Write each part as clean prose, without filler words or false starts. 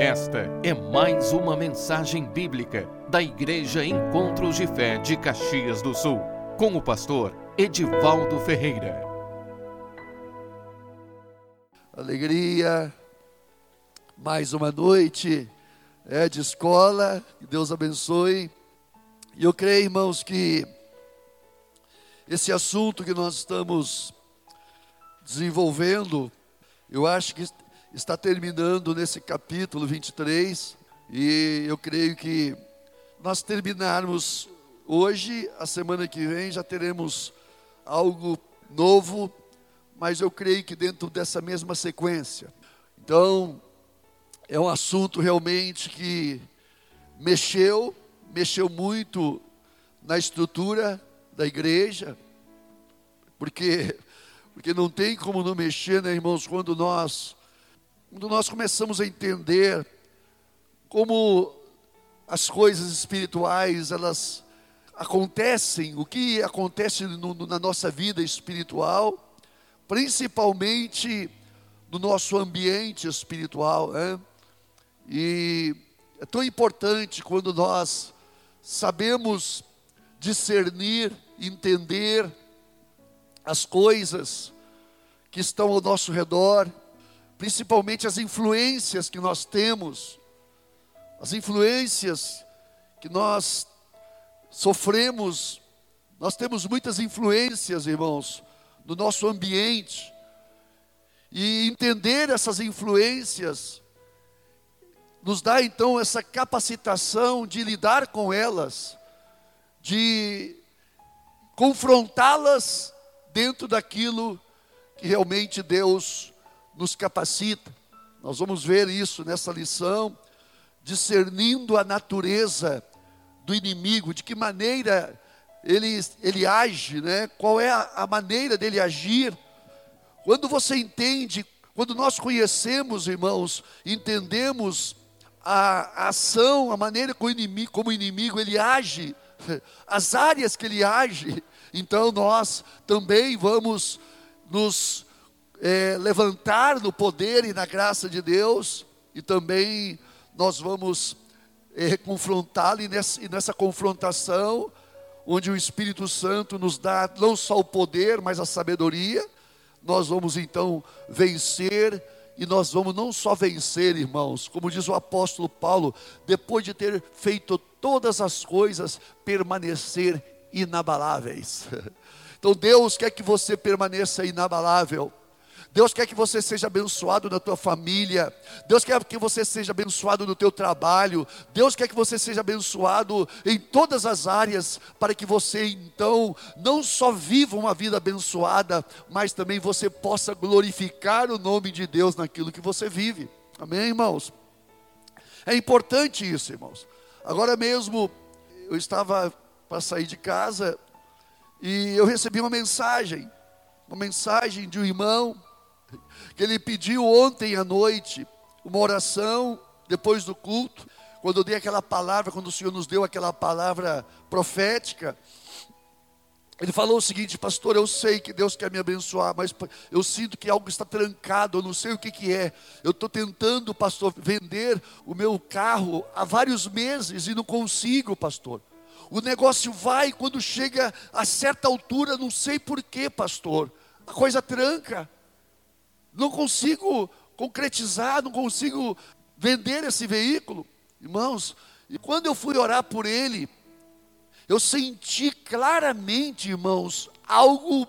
Esta é mais uma mensagem bíblica da Igreja Encontros de Fé de Caxias do Sul, com o pastor Edivaldo Ferreira. Alegria, mais uma noite de escola, que Deus abençoe. E eu creio, irmãos, que esse assunto que nós estamos desenvolvendo, eu acho que está terminando nesse capítulo 23, e eu creio que nós terminarmos hoje, a semana que vem já teremos algo novo, mas eu creio que dentro dessa mesma sequência. Então, é um assunto realmente que mexeu muito na estrutura da igreja, porque não tem como não mexer, né, irmãos, quando nós começamos a entender como as coisas espirituais, elas acontecem, o que acontece na nossa vida espiritual, principalmente no nosso ambiente espiritual, né? E é tão importante quando nós sabemos discernir, entender as coisas que estão ao nosso redor, principalmente as influências que nós temos, as influências que nós sofremos. Nós temos muitas influências, irmãos, no nosso ambiente, e entender essas influências nos dá então essa capacitação de lidar com elas, de confrontá-las dentro daquilo que realmente Deus nos capacita. Nós vamos ver isso nessa lição, discernindo a natureza do inimigo, de que maneira ele age, né? Qual é a maneira dele agir. Quando você entende, quando nós conhecemos, irmãos, entendemos a ação, a maneira como o inimigo ele age, as áreas que ele age, então nós também vamos nos levantar no poder e na graça de Deus, e também nós vamos confrontá-lo, e nessa confrontação, onde o Espírito Santo nos dá não só o poder, mas a sabedoria, nós vamos então vencer. E nós vamos não só vencer, irmãos, como diz o apóstolo Paulo, depois de ter feito todas as coisas, permanecer inabaláveis. Então Deus quer que você permaneça inabalável. Deus quer que você seja abençoado na tua família. Deus quer que você seja abençoado no teu trabalho. Deus quer que você seja abençoado em todas as áreas, para que você então não só viva uma vida abençoada, mas também você possa glorificar o nome de Deus naquilo que você vive. Amém, irmãos? É importante isso, irmãos. Agora mesmo eu estava para sair de casa e eu recebi uma mensagem de um irmão, que ele pediu ontem à noite uma oração depois do culto, quando eu dei aquela palavra, quando o Senhor nos deu aquela palavra profética. Ele falou o seguinte: pastor, eu sei que Deus quer me abençoar, mas eu sinto que algo está trancado, eu não sei o que é. Eu estou tentando, pastor, vender o meu carro há vários meses e não consigo, pastor. O negócio vai, quando chega a certa altura, não sei porquê, pastor, a coisa tranca. Não consigo concretizar, não consigo vender esse veículo. Irmãos, e quando eu fui orar por ele, eu senti claramente, irmãos, algo,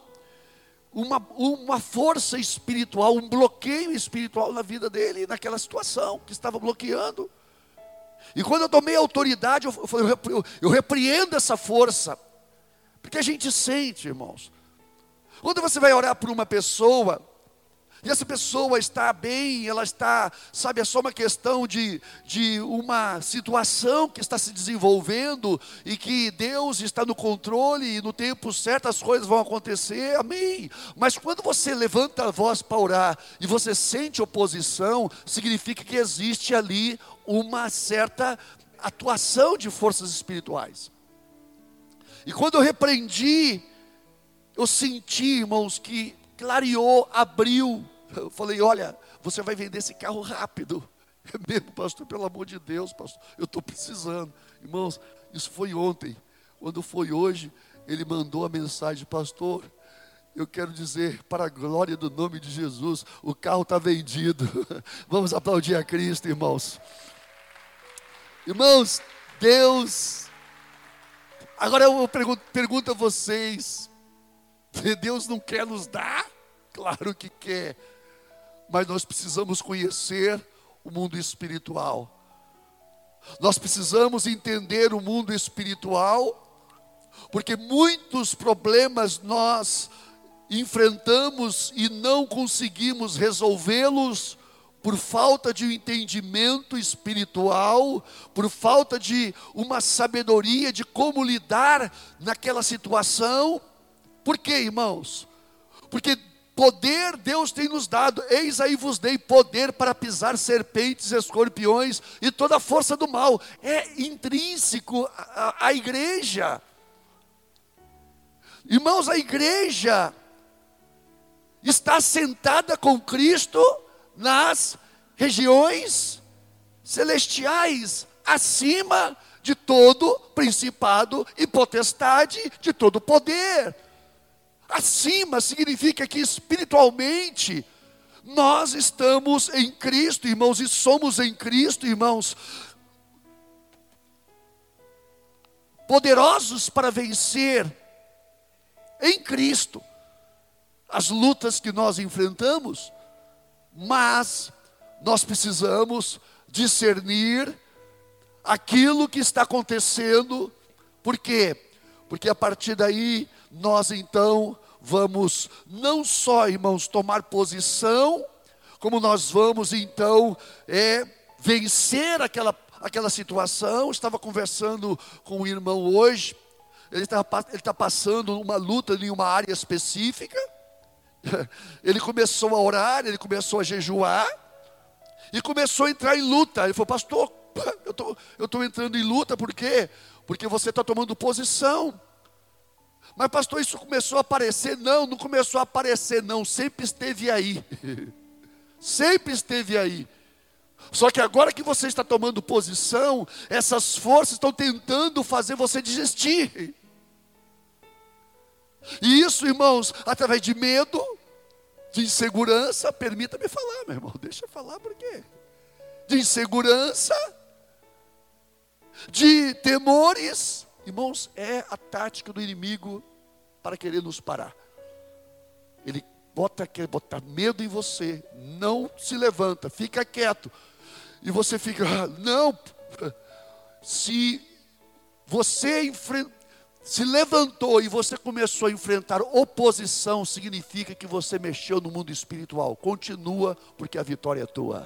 uma força espiritual, um bloqueio espiritual na vida dele, naquela situação que estava bloqueando. E quando eu tomei autoridade, eu repreendo essa força, porque a gente sente, irmãos. Quando você vai orar por uma pessoa, e essa pessoa está bem, ela está, sabe, é só uma questão de uma situação que está se desenvolvendo, e que Deus está no controle, e no tempo certo as coisas vão acontecer, amém. Mas quando você levanta a voz para orar, e você sente oposição, significa que existe ali uma certa atuação de forças espirituais. E quando eu repreendi, eu senti, irmãos, que clareou, abriu. Eu falei: olha, você vai vender esse carro rápido. É mesmo, pastor, pelo amor de Deus, pastor, eu estou precisando. Irmãos, isso foi ontem. Quando foi hoje, ele mandou a mensagem: pastor, eu quero dizer, para a glória do nome de Jesus, o carro está vendido. Vamos aplaudir a Cristo, irmãos. Irmãos, Deus... Agora eu pergunto a vocês, Deus não quer nos dar? Claro que quer. Mas nós precisamos conhecer o mundo espiritual. Nós precisamos entender o mundo espiritual, porque muitos problemas nós enfrentamos e não conseguimos resolvê-los por falta de um entendimento espiritual, por falta de uma sabedoria de como lidar naquela situação. Por quê, irmãos? Porque poder Deus tem nos dado. Eis aí vos dei poder para pisar serpentes, escorpiões e toda a força do mal. É intrínseco à igreja. Irmãos, a igreja está sentada com Cristo nas regiões celestiais, acima de todo principado e potestade, de todo poder. Acima significa que espiritualmente nós estamos em Cristo, irmãos, e somos em Cristo, irmãos, poderosos para vencer em Cristo as lutas que nós enfrentamos. Mas nós precisamos discernir aquilo que está acontecendo. Por quê? Porque a partir daí nós então vamos não só, irmãos, tomar posição, como nós vamos então vencer aquela situação. Eu estava conversando com um irmão hoje, ele está passando uma luta em uma área específica. Ele começou a orar, ele começou a jejuar e começou a entrar em luta. Ele falou: pastor, eu estou entrando em luta, por quê? Porque você está tomando posição. Mas pastor, isso começou a aparecer? Não começou a aparecer não, sempre esteve aí. Sempre esteve aí. Só que agora que você está tomando posição, essas forças estão tentando fazer você desistir. E isso, irmãos, através de medo, de insegurança. Permita-me falar, meu irmão, deixa eu falar por quê? De insegurança, de temores. Irmãos, é a tática do inimigo para querer nos parar. Ele quer botar medo em você, não se levanta, fica quieto. E você fica, não, se você se levantou e você começou a enfrentar oposição, significa que você mexeu no mundo espiritual. Continua, porque a vitória é tua.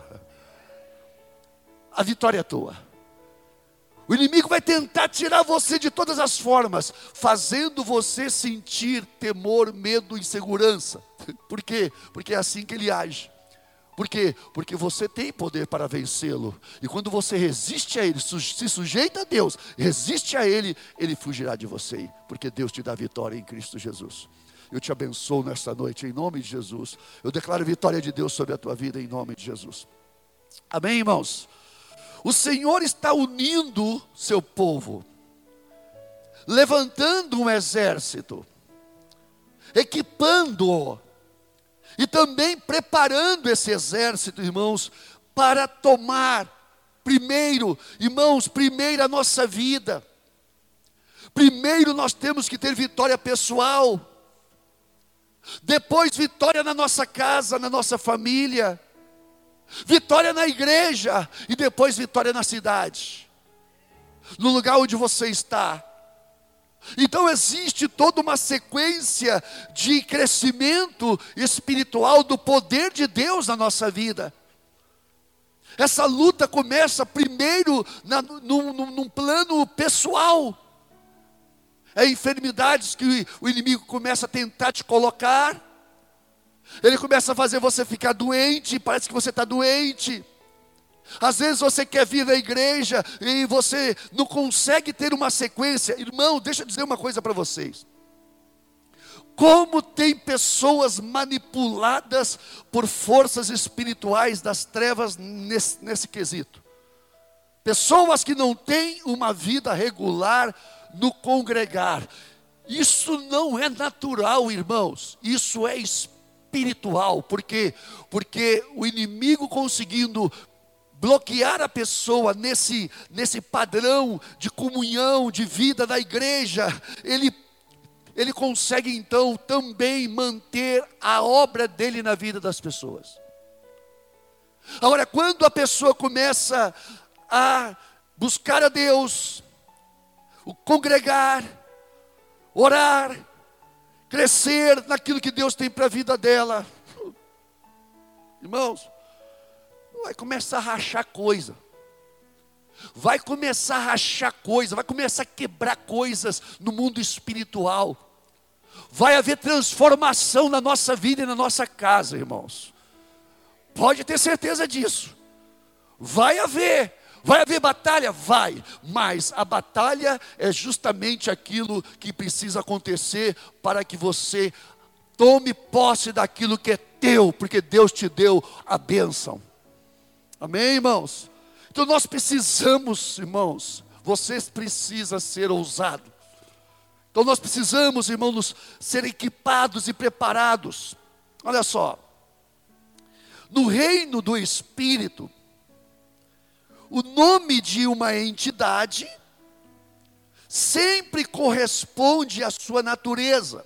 A vitória é tua. O inimigo vai tentar tirar você de todas as formas, fazendo você sentir temor, medo, insegurança. Por quê? Porque é assim que ele age. Por quê? Porque você tem poder para vencê-lo. E quando você resiste a ele, se sujeita a Deus, resiste a ele, ele fugirá de você. Porque Deus te dá vitória em Cristo Jesus. Eu te abençoo nesta noite, em nome de Jesus. Eu declaro a vitória de Deus sobre a tua vida, em nome de Jesus. Amém, irmãos? O Senhor está unindo seu povo, levantando um exército, equipando-o, e também preparando esse exército, irmãos, para tomar primeiro, irmãos, primeiro a nossa vida. Primeiro nós temos que ter vitória pessoal, depois vitória na nossa casa, na nossa família, vitória na igreja e depois vitória na cidade, no lugar onde você está. Então existe toda uma sequência de crescimento espiritual do poder de Deus na nossa vida. Essa luta começa primeiro num plano pessoal. É enfermidades que o inimigo começa a tentar te colocar. Ele começa a fazer você ficar doente, parece que você está doente. Às vezes você quer vir à igreja e você não consegue ter uma sequência. Irmão, deixa eu dizer uma coisa para vocês. Como tem pessoas manipuladas por forças espirituais das trevas nesse quesito. Pessoas que não têm uma vida regular no congregar. Isso não é natural, irmãos. Isso é espiritual. Por quê? Porque o inimigo conseguindo bloquear a pessoa nesse padrão de comunhão, de vida da igreja, ele consegue então também manter a obra dele na vida das pessoas. Agora, quando a pessoa começa a buscar a Deus, o congregar, orar, crescer naquilo que Deus tem para a vida dela, irmãos, vai começar a rachar coisa. Vai começar a rachar coisa, vai começar a quebrar coisas no mundo espiritual. Vai haver transformação na nossa vida e na nossa casa, irmãos. Pode ter certeza disso. Vai haver batalha? Vai. Mas a batalha é justamente aquilo que precisa acontecer para que você tome posse daquilo que é teu, porque Deus te deu a bênção. Amém, irmãos? Então nós precisamos, irmãos, vocês precisam ser ousados. Então nós precisamos, irmãos, ser equipados e preparados. Olha só, no reino do Espírito, o nome de uma entidade sempre corresponde à sua natureza.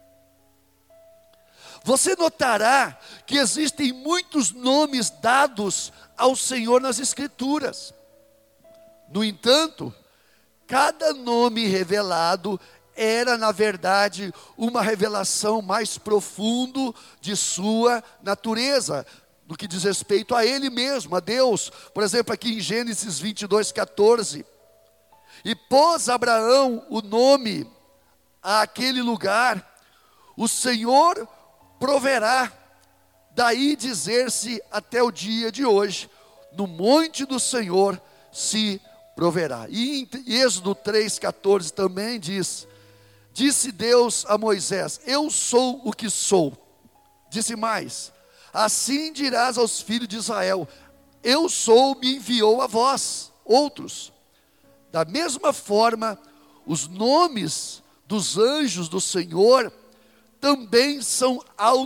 Você notará que existem muitos nomes dados ao Senhor nas Escrituras. No entanto, cada nome revelado era, na verdade, uma revelação mais profunda de sua natureza, no que diz respeito a Ele mesmo, a Deus. Por exemplo, aqui em Gênesis 22:14, e pôs Abraão o nome àquele lugar, o Senhor proverá. Daí dizer-se até o dia de hoje, no monte do Senhor se proverá. E em Êxodo 3:14 também diz: disse Deus a Moisés, eu sou o que sou. Disse mais, assim dirás aos filhos de Israel, eu sou, me enviou a vós, outros. Da mesma forma, os nomes dos anjos do Senhor também são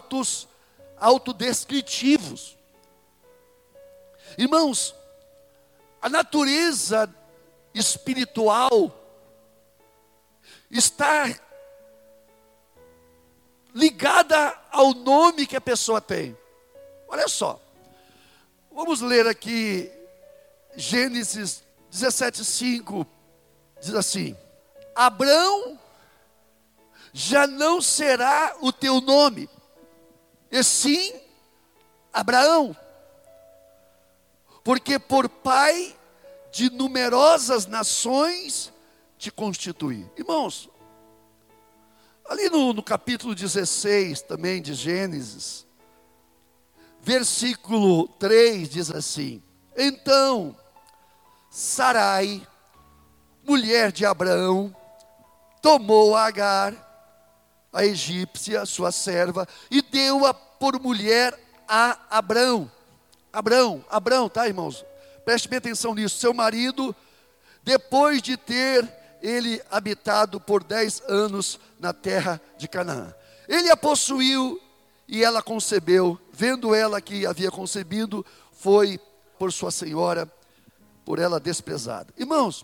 autodescritivos. Irmãos, a natureza espiritual está ligada ao nome que a pessoa tem. Olha só, vamos ler aqui Gênesis 17:5, diz assim: Abrão já não será o teu nome, e sim Abraão, porque por pai de numerosas nações te constituí. Irmãos, ali no capítulo 16 também de Gênesis, versículo 3 diz assim: então Sarai, mulher de Abraão, tomou Agar, a egípcia, sua serva, e deu-a por mulher a Abrão. Abrão, tá, irmãos? Preste bem atenção nisso. Seu marido, depois de ter ele habitado por 10 anos na terra de Canaã. Ele a possuiu e ela concebeu. Vendo ela que havia concebido, foi por sua senhora, por ela desprezada. Irmãos,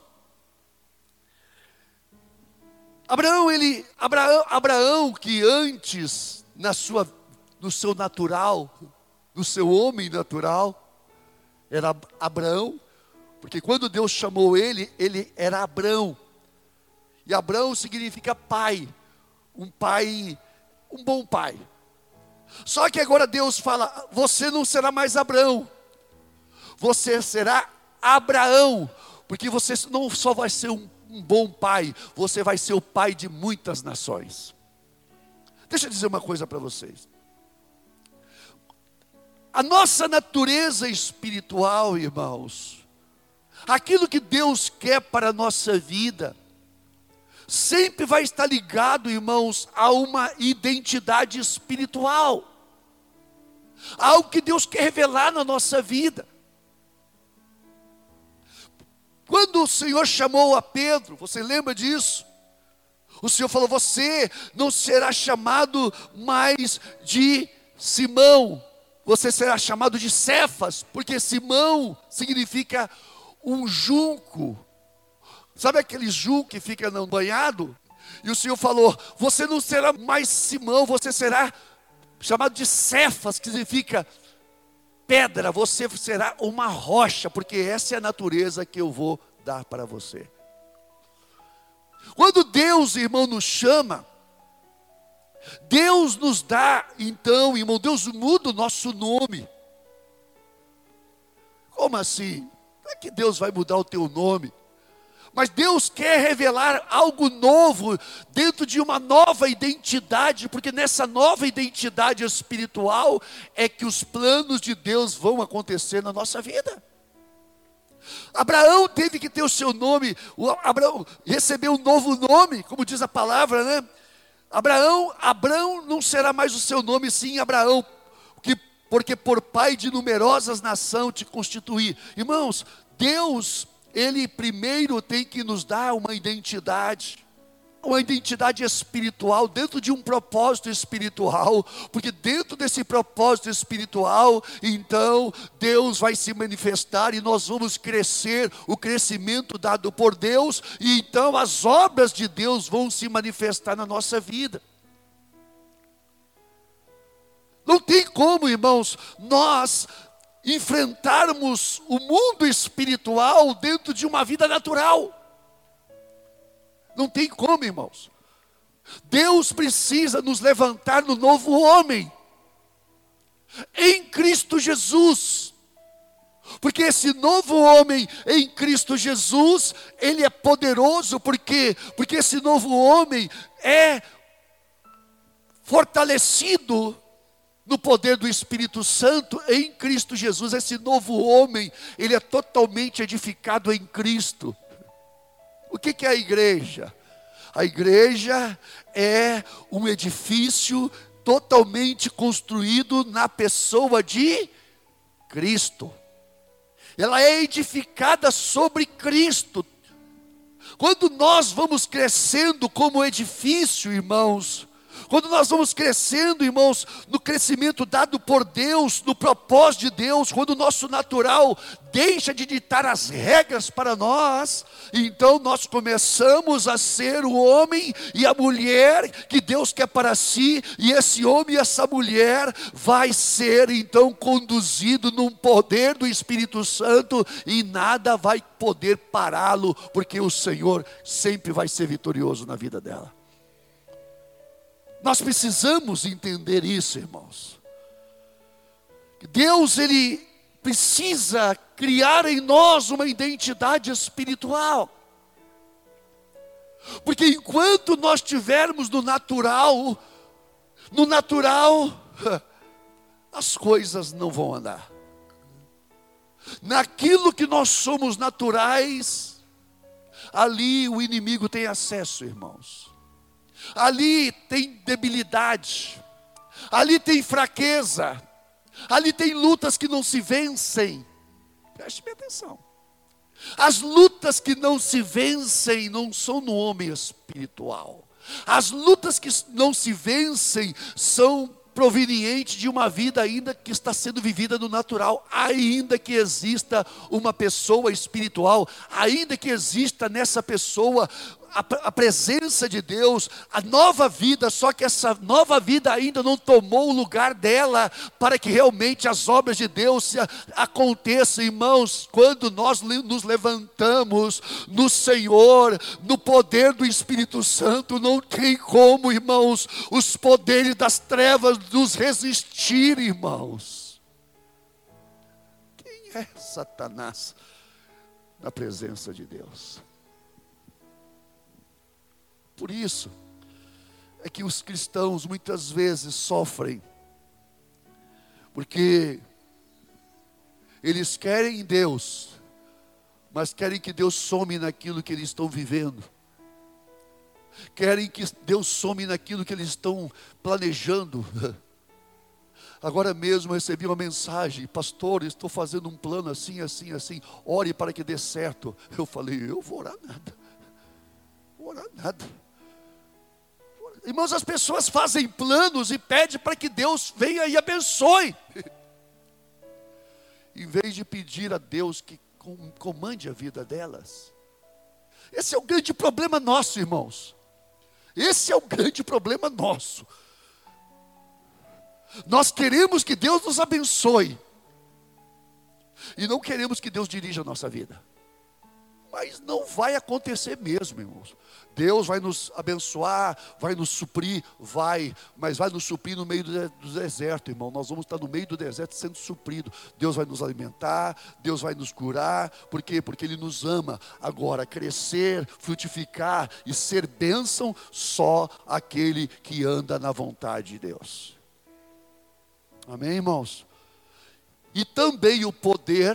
Abraão que antes, no seu natural, no seu homem natural, era Abraão, porque quando Deus chamou ele era Abrão. E Abrão significa pai, um bom pai. Só que agora Deus fala, você não será mais Abrão, você será Abraão, porque você não só vai ser um bom pai, você vai ser o pai de muitas nações. Deixa eu dizer uma coisa para vocês. A nossa natureza espiritual, irmãos, aquilo que Deus quer para a nossa vida, sempre vai estar ligado, irmãos, a uma identidade espiritual. Algo que Deus quer revelar na nossa vida. Quando o Senhor chamou a Pedro, você lembra disso? O Senhor falou: você não será chamado mais de Simão, você será chamado de Cefas, porque Simão significa um junco. Sabe aquele junco que fica no banhado? E o Senhor falou: você não será mais Simão, você será chamado de Cefas, que significa pedra, você será uma rocha, porque essa é a natureza que eu vou dar para você. Quando Deus, irmão, nos chama, Deus nos dá, então, irmão, Deus muda o nosso nome. Como assim? Não é que Deus vai mudar o teu nome, mas Deus quer revelar algo novo dentro de uma nova identidade, porque nessa nova identidade espiritual é que os planos de Deus vão acontecer na nossa vida. Abraão teve que ter o seu nome, Abraão recebeu um novo nome, como diz a palavra, né? Abraão não será mais o seu nome, sim Abraão, porque por pai de numerosas nações te constituí. Irmãos, Deus, Ele primeiro tem que nos dar uma identidade espiritual, dentro de um propósito espiritual, porque dentro desse propósito espiritual, então, Deus vai se manifestar e nós vamos crescer, o crescimento dado por Deus, e então as obras de Deus vão se manifestar na nossa vida. Não tem como, irmãos, nós enfrentarmos o mundo espiritual dentro de uma vida natural. Não tem como, irmãos. Deus precisa nos levantar no novo homem, em Cristo Jesus. Porque esse novo homem em Cristo Jesus, ele é poderoso, porque esse novo homem é fortalecido no poder do Espírito Santo em Cristo Jesus. Esse novo homem, ele é totalmente edificado em Cristo. O que é a igreja? A igreja é um edifício totalmente construído na pessoa de Cristo. Ela é edificada sobre Cristo. Quando nós vamos crescendo como edifício, irmãos, quando nós vamos crescendo, irmãos, no crescimento dado por Deus, no propósito de Deus, quando o nosso natural deixa de ditar as regras para nós, então nós começamos a ser o homem e a mulher que Deus quer para si, e esse homem e essa mulher vai ser então conduzido num poder do Espírito Santo, e nada vai poder pará-lo, porque o Senhor sempre vai ser vitorioso na vida dela. Nós precisamos entender isso, irmãos. Deus, Ele precisa criar em nós uma identidade espiritual. Porque enquanto nós estivermos no natural, as coisas não vão andar. Naquilo que nós somos naturais, ali o inimigo tem acesso, irmãos. Ali tem debilidade, ali tem fraqueza, ali tem lutas que não se vencem. Preste bem atenção. As lutas que não se vencem não são no homem espiritual. As lutas que não se vencem são provenientes de uma vida ainda que está sendo vivida no natural, ainda que exista uma pessoa espiritual, ainda que exista nessa pessoa a presença de Deus, a nova vida, só que essa nova vida ainda não tomou o lugar dela, para que realmente as obras de Deus aconteçam, irmãos. Quando nós nos levantamos no Senhor, no poder do Espírito Santo, não tem como, irmãos, os poderes das trevas nos resistir, irmãos. Quem é Satanás na presença de Deus? Por isso é que os cristãos muitas vezes sofrem, porque eles querem Deus, mas querem que Deus some naquilo que eles estão vivendo. querem que Deus some naquilo que eles estão planejando. Agora mesmo eu recebi uma mensagem: pastor, estou fazendo um plano assim, assim, assim, ore para que dê certo. Eu falei: eu vou orar nada, vou orar nada. Irmãos, as pessoas fazem planos e pedem para que Deus venha e abençoe, em vez de pedir a Deus que comande a vida delas. Esse é o grande problema nosso, irmãos. Esse é o grande problema nosso. Nós queremos que Deus nos abençoe e não queremos que Deus dirija a nossa vida. Mas não vai acontecer mesmo, irmãos. Deus vai nos abençoar, vai nos suprir, mas vai nos suprir no meio do deserto, irmão. Nós vamos estar no meio do deserto sendo suprido. Deus vai nos alimentar, Deus vai nos curar. Por quê? Porque Ele nos ama. Agora, crescer, frutificar e ser bênção, só aquele que anda na vontade de Deus. Amém, irmãos? E também o poder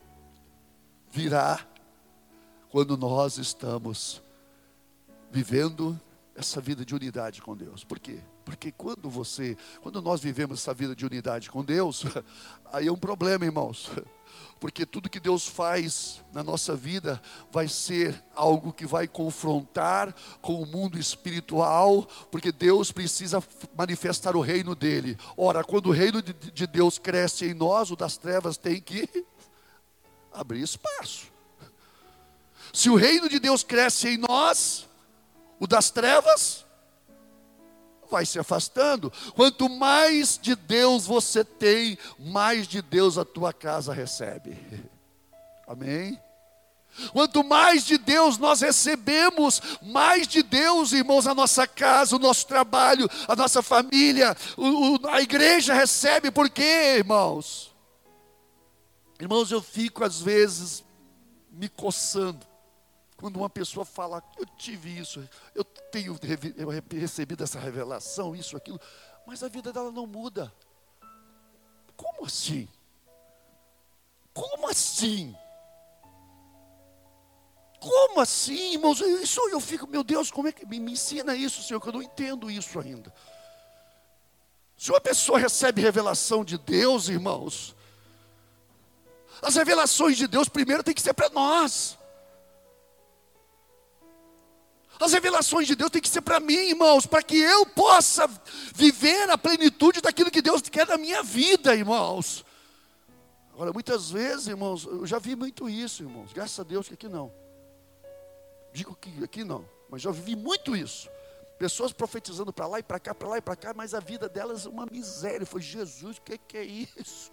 virá quando nós estamos vivendo essa vida de unidade com Deus. Por quê? Porque quando nós vivemos essa vida de unidade com Deus, aí é um problema, irmãos. Porque tudo que Deus faz na nossa vida vai ser algo que vai confrontar com o mundo espiritual, porque Deus precisa manifestar o reino dele. Ora, quando o reino de Deus cresce em nós, o das trevas tem que abrir espaço. Se o reino de Deus cresce em nós, o das trevas vai se afastando. Quanto mais de Deus você tem, mais de Deus a tua casa recebe. Amém? Quanto mais de Deus nós recebemos, mais de Deus, irmãos, a nossa casa, o nosso trabalho, a nossa família, a igreja recebe. Por quê, irmãos? Irmãos, eu fico às vezes me coçando quando uma pessoa fala: eu tive isso, eu recebido essa revelação, isso, aquilo, mas a vida dela não muda. Como assim? Como assim? Como assim, irmãos? Isso eu fico, meu Deus, como é que me ensina isso, Senhor, que eu não entendo isso ainda. Se uma pessoa recebe revelação de Deus, irmãos, as revelações de Deus primeiro tem que ser para nós. As revelações de Deus tem que ser para mim, irmãos, para que eu possa viver a plenitude daquilo que Deus quer da minha vida, irmãos. Agora, muitas vezes, irmãos, eu já vi muito isso, irmãos. Graças a Deus que aqui não. Digo que aqui não, mas já vivi muito isso. Pessoas profetizando para lá e para cá, para lá e para cá, mas a vida delas é uma miséria. Foi: Jesus, o que é isso?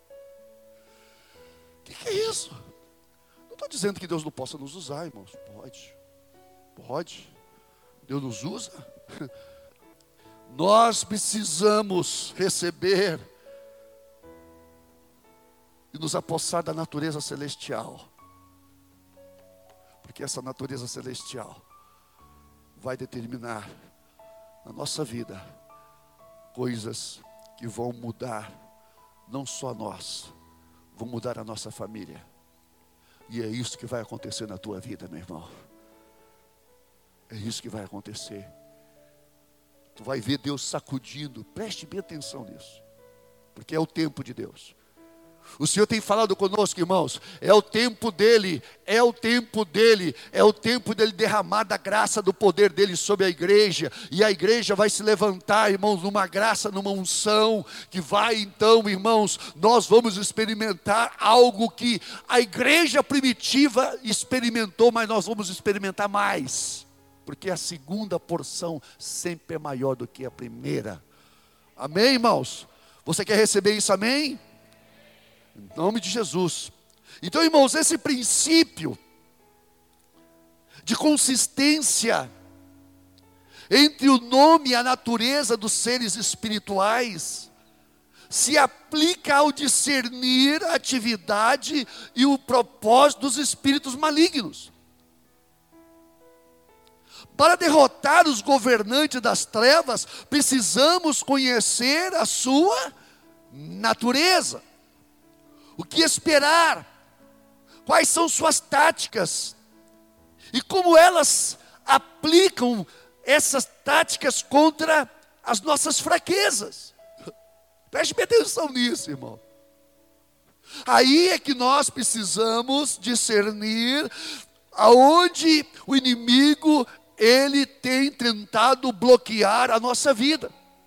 O que é isso? Não estou dizendo que Deus não possa nos usar, irmãos. Pode. Deus nos usa. Nós precisamos receber e nos apossar da natureza celestial. Porque essa natureza celestial vai determinar na nossa vida coisas que vão mudar não só nós, vão mudar a nossa família. E é isso que vai acontecer na tua vida, meu irmão. É isso que vai acontecer. Tu vai ver Deus sacudindo. Preste bem atenção nisso, porque é o tempo de Deus. O Senhor tem falado conosco, irmãos. É o tempo dele, é o tempo dele, é o tempo dele derramar da graça, do poder dele sobre a igreja. E a igreja vai se levantar, irmãos, numa graça, numa unção, que vai então, irmãos, nós vamos experimentar algo que a igreja primitiva experimentou, mas nós vamos experimentar mais, porque a segunda porção sempre é maior do que a primeira. Amém, irmãos? Você quer receber isso, amém? Em nome de Jesus. Então, irmãos, esse princípio de consistência entre o nome e a natureza dos seres espirituais se aplica ao discernir a atividade e o propósito dos espíritos malignos. Para derrotar os governantes das trevas, precisamos conhecer a sua natureza. O que esperar? Quais são suas táticas? E como elas aplicam essas táticas contra as nossas fraquezas. Preste atenção nisso, irmão. Aí é que nós precisamos discernir aonde o inimigo, ele tem tentado bloquear a nossa vida.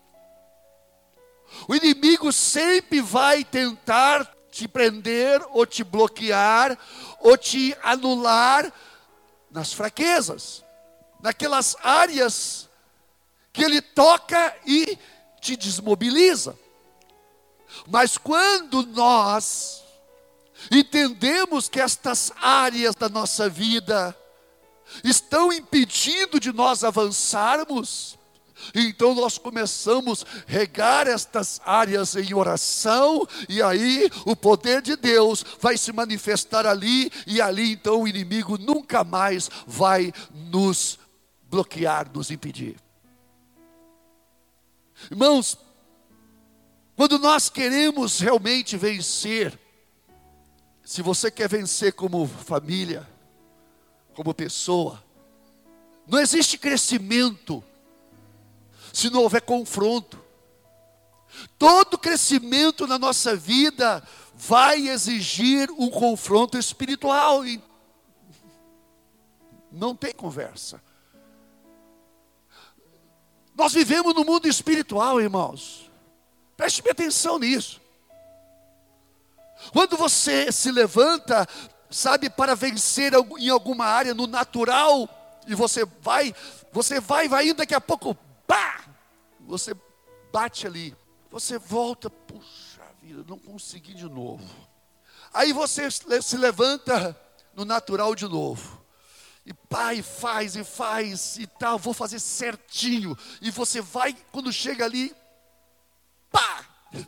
O inimigo sempre vai tentar te prender, ou te bloquear, ou te anular nas fraquezas, naquelas áreas que ele toca e te desmobiliza. Mas quando nós entendemos que estas áreas da nossa vida estão impedindo de nós avançarmos, então nós começamos a regar estas áreas em oração, e aí o poder de Deus vai se manifestar ali, e ali então o inimigo nunca mais vai nos bloquear, nos impedir. Irmãos, quando nós queremos realmente vencer, se você quer vencer como família, como pessoa, não existe crescimento se não houver confronto. Todo crescimento na nossa vida vai exigir um confronto espiritual. E não tem conversa. Nós vivemos no mundo espiritual, irmãos. Preste atenção nisso. Quando você se levanta, sabe, para vencer em alguma área no natural, e você vai indo, daqui a pouco, pá! Você bate ali, você volta, puxa vida, não consegui de novo. Aí você se levanta no natural de novo. E pá, e faz e tal, vou fazer certinho. E você vai, quando chega ali, pá!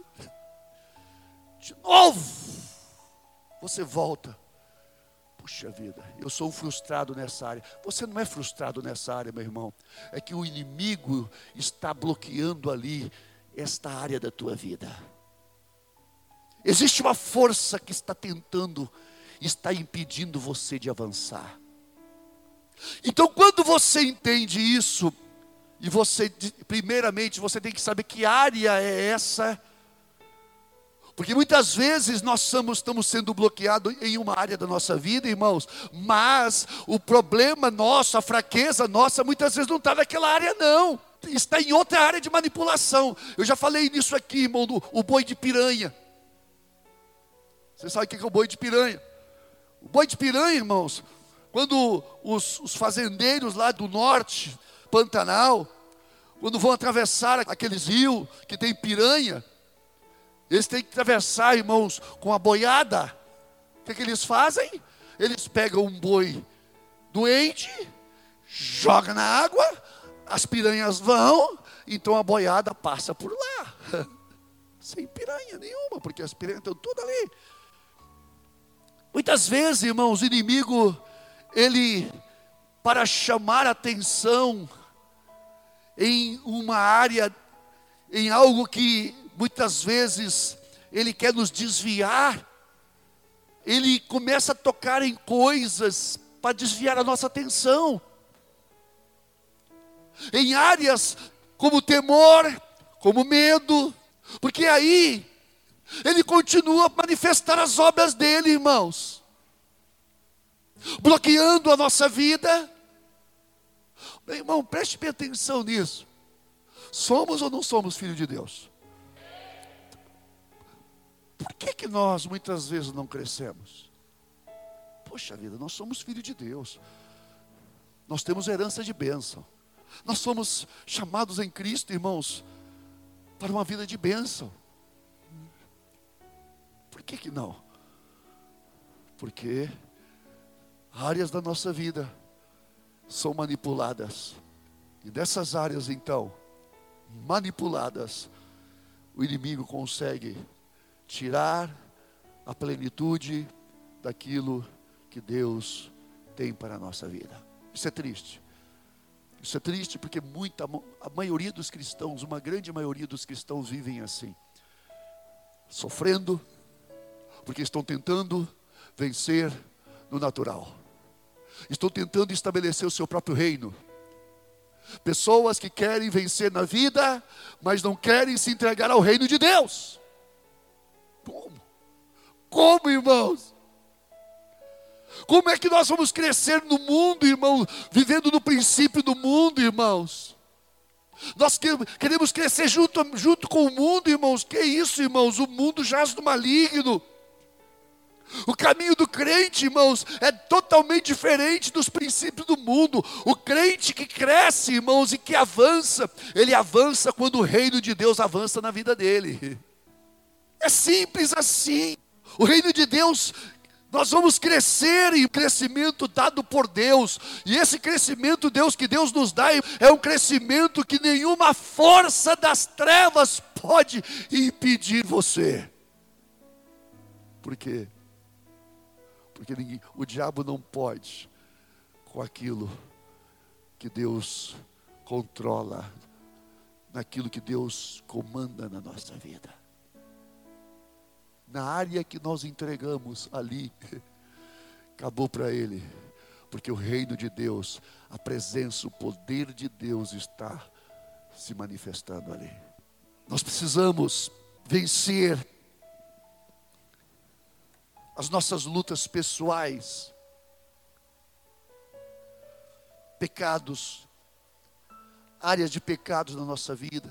De novo, você volta. Puxa vida, eu sou um frustrado nessa área. Você não é frustrado nessa área, meu irmão. É que o inimigo está bloqueando ali esta área da tua vida. Existe uma força que está impedindo você de avançar. Então, quando você entende isso, e primeiramente, você tem que saber que área é essa. Porque muitas vezes nós estamos sendo bloqueados em uma área da nossa vida, irmãos. Mas o problema nosso, a fraqueza nossa, muitas vezes não está naquela área não. Está em outra área de manipulação. Eu já falei nisso aqui, irmão, o boi de piranha. Você sabe o que é o boi de piranha? O boi de piranha, irmãos, quando os fazendeiros lá do norte, Pantanal, quando vão atravessar aqueles rios que tem piranha, eles têm que atravessar, irmãos, com a boiada. O que eles fazem? Eles pegam um boi doente, jogam na água, as piranhas vão, então a boiada passa por lá. Sem piranha nenhuma, porque as piranhas estão todas ali. Muitas vezes, irmãos, o inimigo, ele, para chamar a atenção em uma área, em algo que muitas vezes ele quer nos desviar, ele começa a tocar em coisas para desviar a nossa atenção. Em áreas como temor, como medo, porque aí ele continua a manifestar as obras dele, irmãos, bloqueando a nossa vida. Meu irmão, preste bem atenção nisso. Somos ou não somos filhos de Deus? Por que nós muitas vezes não crescemos? Poxa vida, nós somos filhos de Deus. Nós temos herança de bênção. Nós somos chamados em Cristo, irmãos, para uma vida de bênção. Por que não? Porque áreas da nossa vida são manipuladas. E dessas áreas, então, manipuladas, o inimigo consegue tirar a plenitude daquilo que Deus tem para a nossa vida. Isso é triste. Isso é triste porque a maioria dos cristãos, uma grande maioria dos cristãos vivem assim, sofrendo, porque estão tentando vencer no natural. Estão tentando estabelecer o seu próprio reino. Pessoas que querem vencer na vida, mas não querem se entregar ao reino de Deus. Como? Como, irmãos? Como é que nós vamos crescer no mundo, irmãos? Vivendo no princípio do mundo, irmãos? Nós queremos crescer junto com o mundo, irmãos. Que isso, irmãos? O mundo jaz do maligno. O caminho do crente, irmãos, é totalmente diferente dos princípios do mundo. O crente que cresce, irmãos, e que avança, ele avança quando o reino de Deus avança na vida dele. É simples assim. O reino de Deus, nós vamos crescer em crescimento dado por Deus. E esse crescimento que Deus nos dá é um crescimento que nenhuma força das trevas pode impedir você. Por quê? Porque o diabo não pode com aquilo que Deus controla, naquilo que Deus comanda na nossa vida. Na área que nós entregamos ali, acabou para ele. Porque o reino de Deus, a presença, o poder de Deus está se manifestando ali. Nós precisamos vencer as nossas lutas pessoais, pecados, áreas de pecados na nossa vida.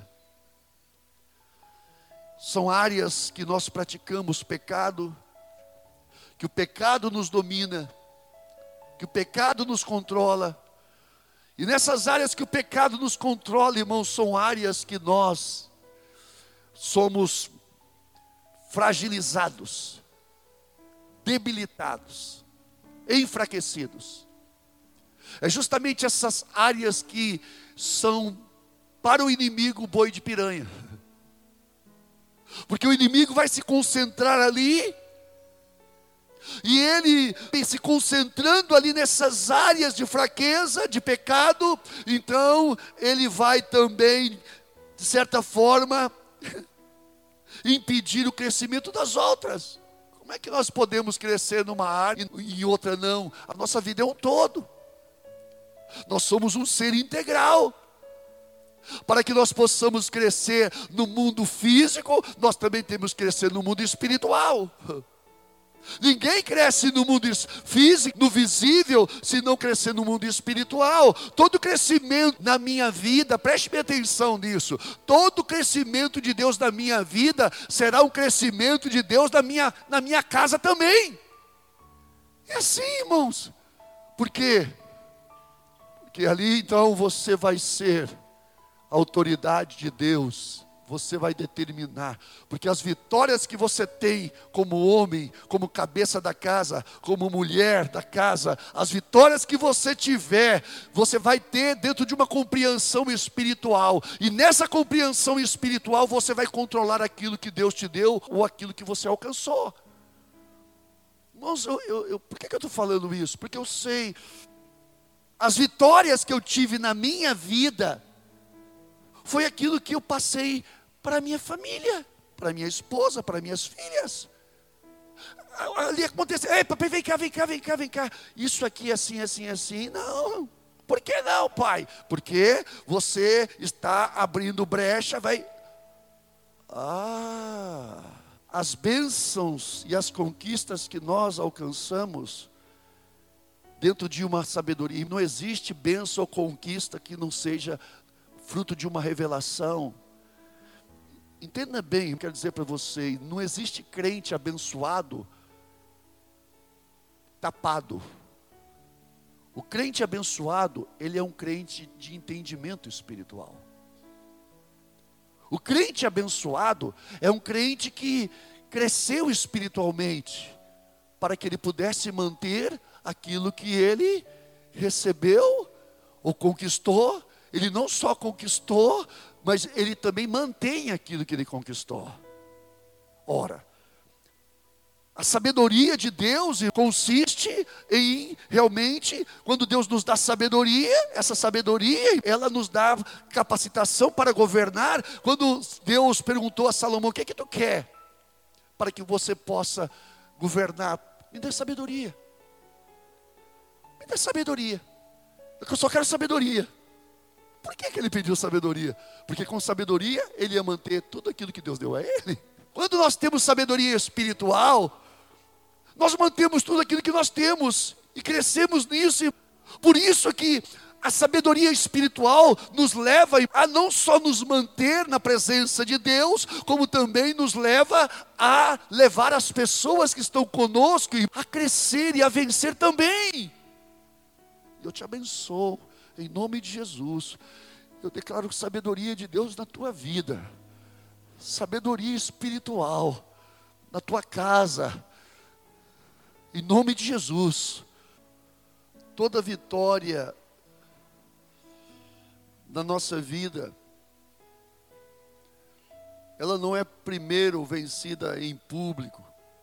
São áreas que nós praticamos pecado, que o pecado nos domina, que o pecado nos controla. E nessas áreas que o pecado nos controla, irmãos, são áreas que nós somos fragilizados, debilitados, enfraquecidos. É justamente essas áreas que são para o inimigo o boi de piranha. Porque o inimigo vai se concentrar ali, e ele se concentrando ali nessas áreas de fraqueza, de pecado, então ele vai também, de certa forma, impedir o crescimento das outras. Como é que nós podemos crescer numa área e em outra não? A nossa vida é um todo. Nós somos um ser integral. Para que nós possamos crescer no mundo físico, nós também temos que crescer no mundo espiritual. Ninguém cresce no mundo físico, no visível, se não crescer no mundo espiritual. Todo crescimento na minha vida, preste bem atenção nisso, todo crescimento de Deus na minha vida será um crescimento de Deus na minha casa também. É assim, irmãos. Por quê? Porque ali então você vai ser a autoridade de Deus. Você vai determinar, porque as vitórias que você tem como homem, como cabeça da casa, como mulher da casa, as vitórias que você tiver, você vai ter dentro de uma compreensão espiritual, e nessa compreensão espiritual você vai controlar aquilo que Deus te deu, ou aquilo que você alcançou. Irmãos, por que eu estou falando isso? Porque eu sei, as vitórias que eu tive na minha vida, foi aquilo que eu passei para a minha família, para a minha esposa, para minhas filhas. Ali aconteceu, ei papai, vem cá. Isso aqui assim. Não, por que não, pai? Porque você está abrindo brecha, as bênçãos e as conquistas que nós alcançamos, dentro de uma sabedoria, não existe bênção ou conquista que não seja fruto de uma revelação. Entenda bem, eu quero dizer para você, não existe crente abençoado tapado. O crente abençoado, ele é um crente de entendimento espiritual. O crente abençoado é um crente que cresceu espiritualmente, para que ele pudesse manter aquilo que ele recebeu ou conquistou. Ele não só conquistou, mas ele também mantém aquilo que ele conquistou. Ora, a sabedoria de Deus consiste em, realmente, quando Deus nos dá sabedoria, essa sabedoria, ela nos dá capacitação para governar. Quando Deus perguntou a Salomão, o que é que tu quer? Para que você possa governar. Me dê sabedoria. Me dê sabedoria. Eu só quero sabedoria. Por que ele pediu sabedoria? Porque com sabedoria ele ia manter tudo aquilo que Deus deu a ele. Quando nós temos sabedoria espiritual, nós mantemos tudo aquilo que nós temos e crescemos nisso. E por isso que a sabedoria espiritual nos leva a não só nos manter na presença de Deus, como também nos leva a levar as pessoas que estão conosco a crescer e a vencer também. Eu te abençoo, em nome de Jesus. Eu declaro sabedoria de Deus na tua vida, sabedoria espiritual na tua casa, em nome de Jesus. Toda vitória na nossa vida, ela não é primeiro vencida em público,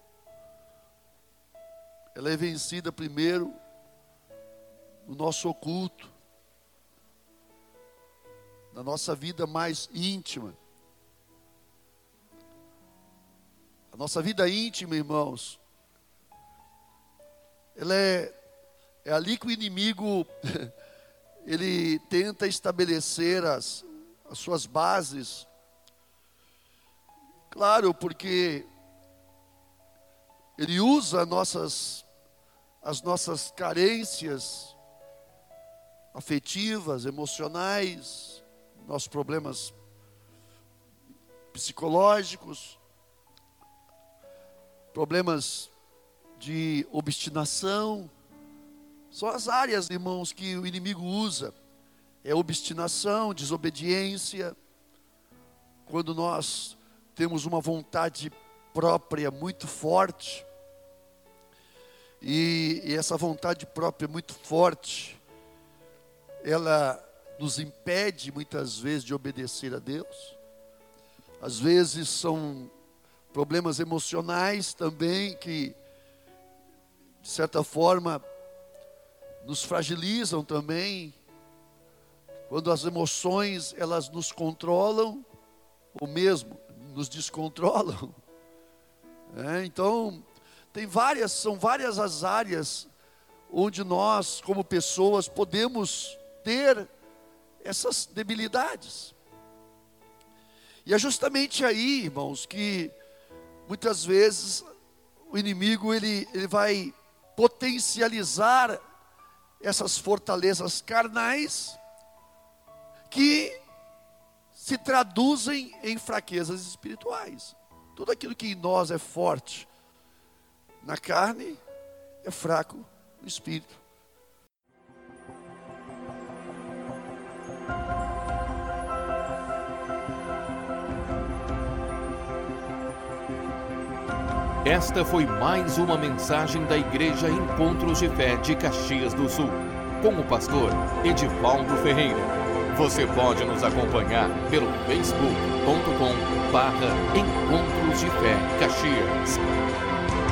ela é vencida primeiro no nosso oculto, na nossa vida mais íntima. A nossa vida íntima, irmãos, ela é ali que o inimigo ele tenta estabelecer as suas bases. Claro, porque ele usa as nossas carências afetivas, emocionais, nossos problemas psicológicos, problemas de obstinação. São as áreas, irmãos, que o inimigo usa. É obstinação, desobediência. Quando nós temos uma vontade própria muito forte, e essa vontade própria muito forte, ela nos impede muitas vezes de obedecer a Deus. Às vezes são problemas emocionais também que, de certa forma, nos fragilizam também, quando as emoções elas nos controlam, ou mesmo nos descontrolam. Então, são várias as áreas onde nós, como pessoas, podemos ter essas debilidades. E é justamente aí, irmãos, que muitas vezes o inimigo ele vai potencializar essas fortalezas carnais que se traduzem em fraquezas espirituais. Tudo aquilo que em nós é forte na carne é fraco no espírito. Esta foi mais uma mensagem da Igreja Encontros de Fé de Caxias do Sul, com o pastor Edivaldo Ferreira. Você pode nos acompanhar pelo facebook.com/Encontros de Fé Caxias.